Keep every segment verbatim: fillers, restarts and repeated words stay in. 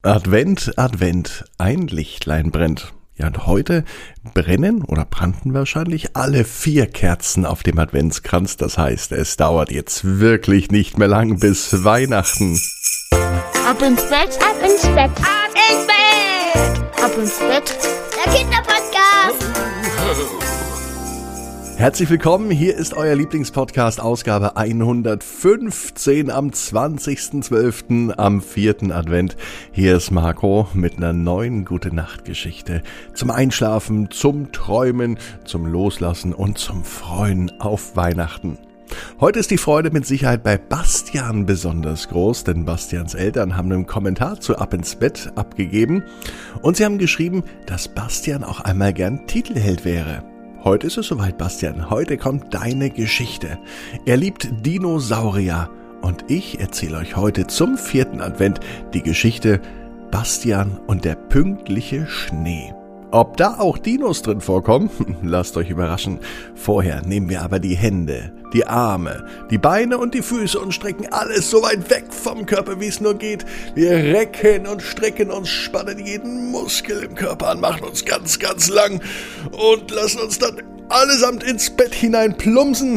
Advent, Advent, ein Lichtlein brennt. Ja, und heute brennen oder brannten wahrscheinlich alle vier Kerzen auf dem Adventskranz. Das heißt, es dauert jetzt wirklich nicht mehr lang bis Weihnachten. Ab ins Bett, ab ins Bett, ab ins Bett, ab ins Bett, der Kinderpodcast. Herzlich willkommen, hier ist euer Lieblingspodcast, Ausgabe hundertfünfzehn am zwanzigsten zwölften am vierten Advent. Hier ist Marco mit einer neuen Gute-Nacht-Geschichte zum Einschlafen, zum Träumen, zum Loslassen und zum Freuen auf Weihnachten. Heute ist die Freude mit Sicherheit bei Bastian besonders groß, denn Bastians Eltern haben einen Kommentar zu Ab ins Bett abgegeben und sie haben geschrieben, dass Bastian auch einmal gern Titelheld wäre. Heute ist es soweit, Bastian. Heute kommt deine Geschichte. Er liebt Dinosaurier und ich erzähle euch heute zum vierten Advent die Geschichte Bastian und der pünktliche Schnee. Ob da auch Dinos drin vorkommen? Lasst euch überraschen. Vorher nehmen wir aber die Hände, die Arme, die Beine und die Füße und strecken alles so weit weg vom Körper, wie es nur geht. Wir recken und strecken uns, spannen jeden Muskel im Körper an, machen uns ganz, ganz lang und lassen uns dann allesamt ins Bett hinein plumpsen.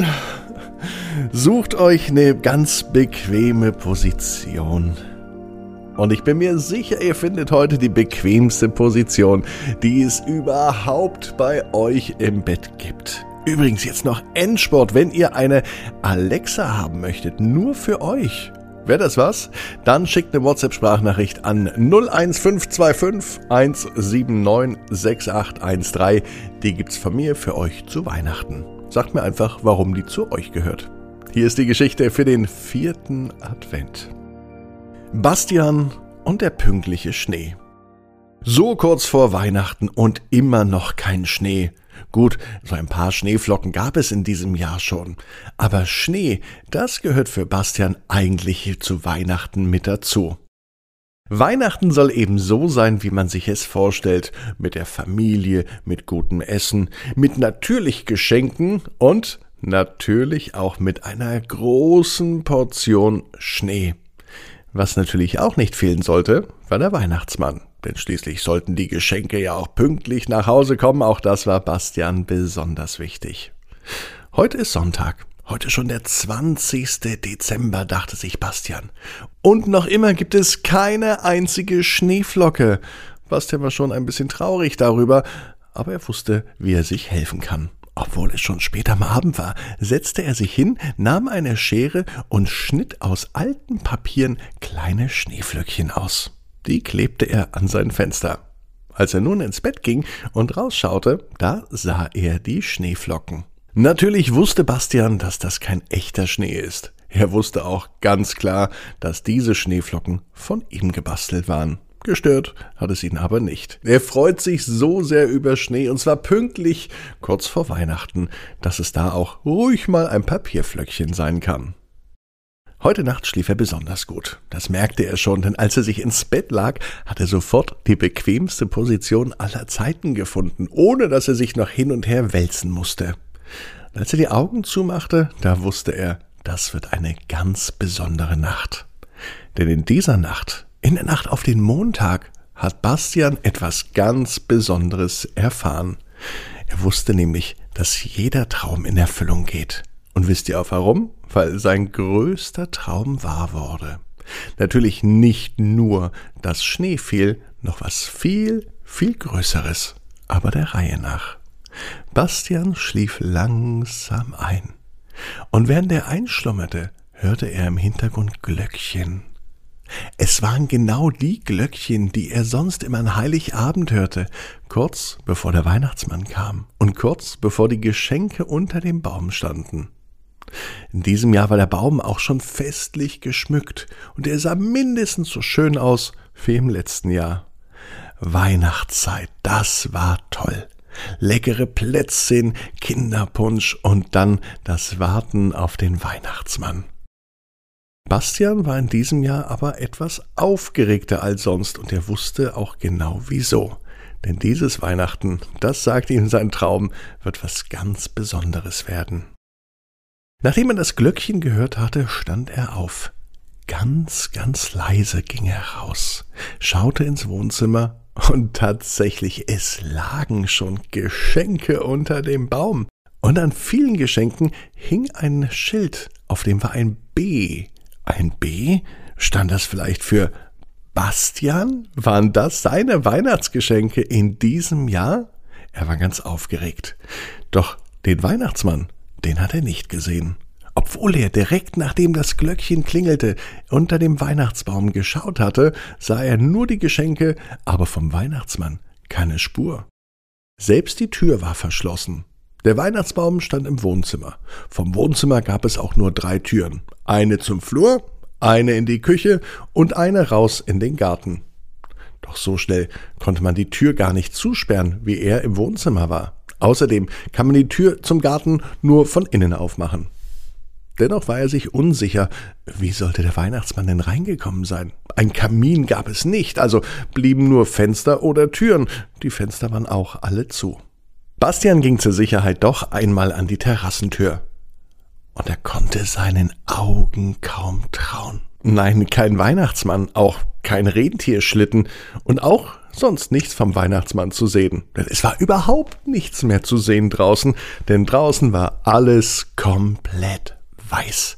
Sucht euch eine ganz bequeme Position. Und ich bin mir sicher, ihr findet heute die bequemste Position, die es überhaupt bei euch im Bett gibt. Übrigens jetzt noch Endsport, wenn ihr eine Alexa haben möchtet, nur für euch. Wäre das was? Dann schickt eine WhatsApp-Sprachnachricht an null eins fünf zwei fünf eins sieben neun sechs acht eins drei. Die gibt's von mir für euch zu Weihnachten. Sagt mir einfach, warum die zu euch gehört. Hier ist die Geschichte für den vierten Advent. Bastian und der pünktliche Schnee. So kurz vor Weihnachten und immer noch kein Schnee. Gut, so ein paar Schneeflocken gab es in diesem Jahr schon. Aber Schnee, das gehört für Bastian eigentlich zu Weihnachten mit dazu. Weihnachten soll eben so sein, wie man sich es vorstellt. Mit der Familie, mit gutem Essen, mit natürlich Geschenken und natürlich auch mit einer großen Portion Schnee. Was natürlich auch nicht fehlen sollte, war der Weihnachtsmann. Denn schließlich sollten die Geschenke ja auch pünktlich nach Hause kommen. Auch das war Bastian besonders wichtig. Heute ist Sonntag. Heute schon der zwanzigste Dezember, dachte sich Bastian. Und noch immer gibt es keine einzige Schneeflocke. Bastian war schon ein bisschen traurig darüber, aber er wusste, wie er sich helfen kann. Obwohl es schon spät am Abend war, setzte er sich hin, nahm eine Schere und schnitt aus alten Papieren kleine Schneeflöckchen aus. Die klebte er an sein Fenster. Als er nun ins Bett ging und rausschaute, da sah er die Schneeflocken. Natürlich wusste Bastian, dass das kein echter Schnee ist. Er wusste auch ganz klar, dass diese Schneeflocken von ihm gebastelt waren. Gestört hat es ihn aber nicht. Er freut sich so sehr über Schnee, und zwar pünktlich kurz vor Weihnachten, dass es da auch ruhig mal ein Papierflöckchen sein kann. Heute Nacht schlief er besonders gut. Das merkte er schon, denn als er sich ins Bett lag, hat er sofort die bequemste Position aller Zeiten gefunden, ohne dass er sich noch hin und her wälzen musste. Und als er die Augen zumachte, da wusste er, das wird eine ganz besondere Nacht. Denn in dieser Nacht, in der Nacht auf den Montag, hat Bastian etwas ganz Besonderes erfahren. Er wusste nämlich, dass jeder Traum in Erfüllung geht. Und wisst ihr auch warum? Weil sein größter Traum wahr wurde. Natürlich nicht nur, dass Schnee fiel, noch was viel, viel Größeres, aber der Reihe nach. Bastian schlief langsam ein. Und während er einschlummerte, hörte er im Hintergrund Glöckchen. Es waren genau die Glöckchen, die er sonst immer an Heiligabend hörte, kurz bevor der Weihnachtsmann kam und kurz bevor die Geschenke unter dem Baum standen. In diesem Jahr war der Baum auch schon festlich geschmückt und er sah mindestens so schön aus wie im letzten Jahr. Weihnachtszeit, das war toll. Leckere Plätzchen, Kinderpunsch und dann das Warten auf den Weihnachtsmann. Bastian war in diesem Jahr aber etwas aufgeregter als sonst und er wusste auch genau wieso. Denn dieses Weihnachten, das sagte ihm sein Traum, wird was ganz Besonderes werden. Nachdem er das Glöckchen gehört hatte, stand er auf. Ganz, ganz leise ging er raus, schaute ins Wohnzimmer und tatsächlich, es lagen schon Geschenke unter dem Baum. Und an vielen Geschenken hing ein Schild, auf dem war ein B. Ein B? Stand das vielleicht für Bastian? Waren das seine Weihnachtsgeschenke in diesem Jahr? Er war ganz aufgeregt. Doch den Weihnachtsmann, den hat er nicht gesehen. Obwohl er direkt nachdem das Glöckchen klingelte, unter dem Weihnachtsbaum geschaut hatte, sah er nur die Geschenke, aber vom Weihnachtsmann keine Spur. Selbst die Tür war verschlossen. Der Weihnachtsbaum stand im Wohnzimmer. Vom Wohnzimmer gab es auch nur drei Türen. Eine zum Flur, eine in die Küche und eine raus in den Garten. Doch so schnell konnte man die Tür gar nicht zusperren, wie er im Wohnzimmer war. Außerdem kann man die Tür zum Garten nur von innen aufmachen. Dennoch war er sich unsicher, wie sollte der Weihnachtsmann denn reingekommen sein? Ein Kamin gab es nicht, also blieben nur Fenster oder Türen. Die Fenster waren auch alle zu. Bastian ging zur Sicherheit doch einmal an die Terrassentür. Und er konnte seinen Augen kaum trauen. Nein, kein Weihnachtsmann, auch kein Rentierschlitten und auch sonst nichts vom Weihnachtsmann zu sehen. Denn es war überhaupt nichts mehr zu sehen draußen, denn draußen war alles komplett weiß.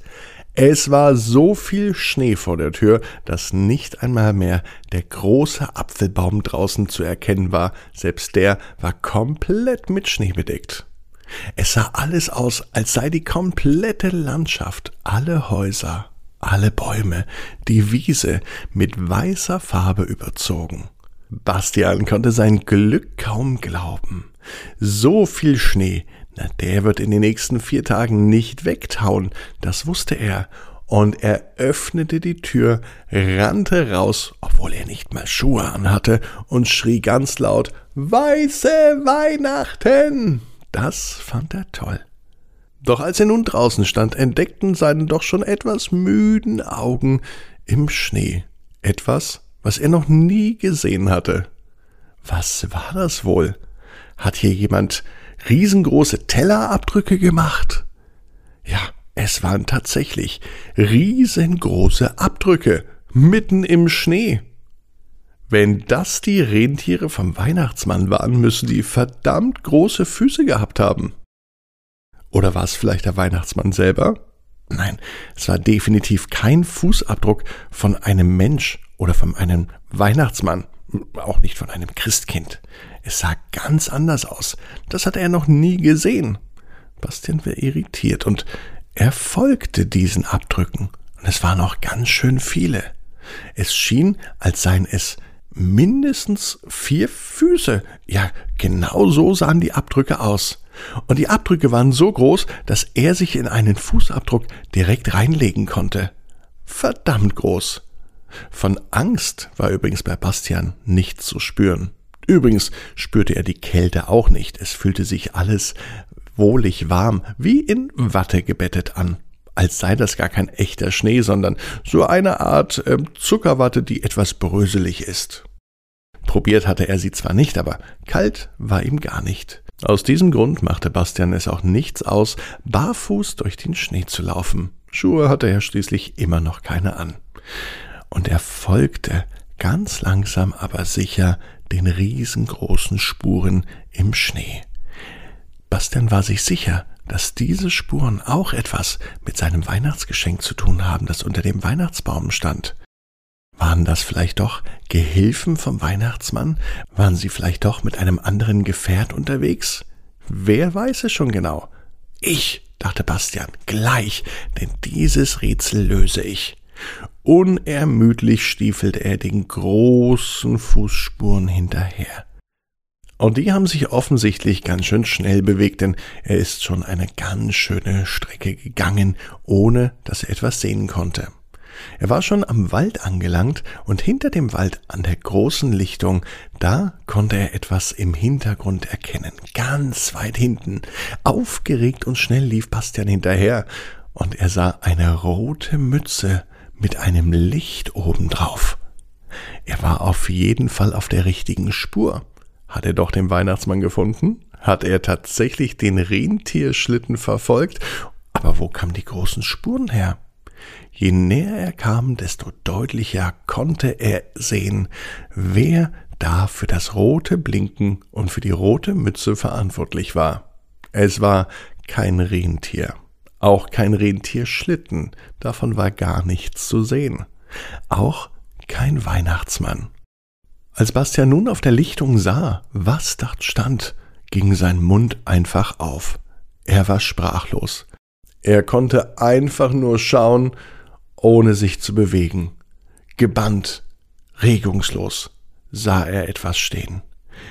Es war so viel Schnee vor der Tür, dass nicht einmal mehr der große Apfelbaum draußen zu erkennen war. Selbst der war komplett mit Schnee bedeckt. Es sah alles aus, als sei die komplette Landschaft, alle Häuser, alle Bäume, die Wiese mit weißer Farbe überzogen. Bastian konnte sein Glück kaum glauben. So viel Schnee, na, der wird in den nächsten vier Tagen nicht wegtauen, das wusste er. Und er öffnete die Tür, rannte raus, obwohl er nicht mal Schuhe anhatte, und schrie ganz laut, »Weiße Weihnachten!« Das fand er toll. Doch als er nun draußen stand, entdeckten seine doch schon etwas müden Augen im Schnee etwas, was er noch nie gesehen hatte. Was war das wohl? Hat hier jemand riesengroße Tellerabdrücke gemacht? Ja, es waren tatsächlich riesengroße Abdrücke mitten im Schnee. Wenn das die Rentiere vom Weihnachtsmann waren, müssen die verdammt große Füße gehabt haben. Oder war es vielleicht der Weihnachtsmann selber? Nein, es war definitiv kein Fußabdruck von einem Mensch oder von einem Weihnachtsmann, auch nicht von einem Christkind. Es sah ganz anders aus. Das hatte er noch nie gesehen. Bastian war irritiert und er folgte diesen Abdrücken. Und es waren auch ganz schön viele. Es schien, als seien es mindestens vier Füße. Ja, genau so sahen die Abdrücke aus. Und die Abdrücke waren so groß, dass er sich in einen Fußabdruck direkt reinlegen konnte. Verdammt groß. Von Angst war übrigens bei Bastian nichts zu spüren. Übrigens spürte er die Kälte auch nicht. Es fühlte sich alles wohlig warm, wie in Watte gebettet an. Als sei das gar kein echter Schnee, sondern so eine Art äh, Zuckerwatte, die etwas bröselig ist. Probiert hatte er sie zwar nicht, aber kalt war ihm gar nicht. Aus diesem Grund machte Bastian es auch nichts aus, barfuß durch den Schnee zu laufen. Schuhe hatte er schließlich immer noch keine an. Und er folgte ganz langsam, aber sicher den riesengroßen Spuren im Schnee. Bastian war sich sicher, dass diese Spuren auch etwas mit seinem Weihnachtsgeschenk zu tun haben, das unter dem Weihnachtsbaum stand. Waren das vielleicht doch Gehilfen vom Weihnachtsmann? Waren sie vielleicht doch mit einem anderen Gefährt unterwegs? Wer weiß es schon genau? Ich, dachte Bastian, gleich, denn dieses Rätsel löse ich. Unermüdlich stiefelte er den großen Fußspuren hinterher. Und die haben sich offensichtlich ganz schön schnell bewegt, denn er ist schon eine ganz schöne Strecke gegangen, ohne dass er etwas sehen konnte. Er war schon am Wald angelangt und hinter dem Wald an der großen Lichtung, da konnte er etwas im Hintergrund erkennen, ganz weit hinten. Aufgeregt und schnell lief Bastian hinterher und er sah eine rote Mütze mit einem Licht obendrauf. Er war auf jeden Fall auf der richtigen Spur. Hat er doch den Weihnachtsmann gefunden? Hat er tatsächlich den Rentierschlitten verfolgt? Aber wo kamen die großen Spuren her? Je näher er kam, desto deutlicher konnte er sehen, wer da für das rote Blinken und für die rote Mütze verantwortlich war. Es war kein Rentier, auch kein Rentierschlitten, davon war gar nichts zu sehen. Auch kein Weihnachtsmann. Als Bastian nun auf der Lichtung sah, was dort stand, ging sein Mund einfach auf. Er war sprachlos. Er konnte einfach nur schauen, ohne sich zu bewegen. Gebannt, regungslos sah er etwas stehen.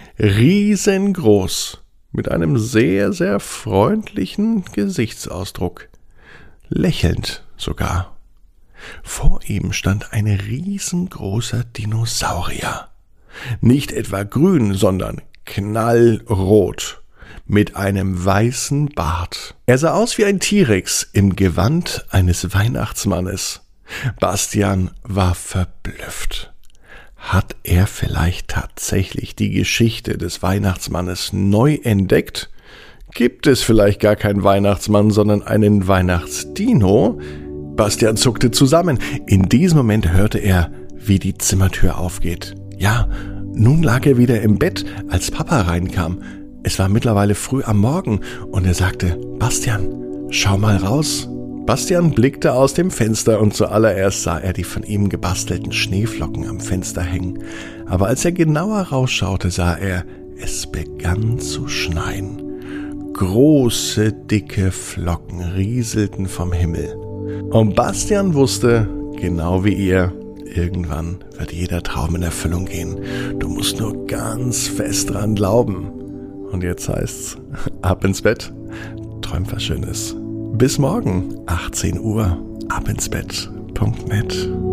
Riesengroß, mit einem sehr, sehr freundlichen Gesichtsausdruck. Lächelnd sogar. Vor ihm stand ein riesengroßer Dinosaurier. Nicht etwa grün, sondern knallrot, mit einem weißen Bart. Er sah aus wie ein T-Rex im Gewand eines Weihnachtsmannes. Bastian war verblüfft. Hat er vielleicht tatsächlich die Geschichte des Weihnachtsmannes neu entdeckt? Gibt es vielleicht gar keinen Weihnachtsmann, sondern einen Weihnachtsdino? Bastian zuckte zusammen. In diesem Moment hörte er, wie die Zimmertür aufgeht. Ja, nun lag er wieder im Bett, als Papa reinkam. Es war mittlerweile früh am Morgen und er sagte, Bastian, schau mal raus. Bastian blickte aus dem Fenster und zuallererst sah er die von ihm gebastelten Schneeflocken am Fenster hängen. Aber als er genauer rausschaute, sah er, es begann zu schneien. Große, dicke Flocken rieselten vom Himmel. Und Bastian wusste, genau wie ihr, irgendwann wird jeder Traum in Erfüllung gehen. Du musst nur ganz fest dran glauben. Und jetzt heißt's, ab ins Bett, träumt was Schönes. Bis morgen, achtzehn Uhr, abinsbett punkt net.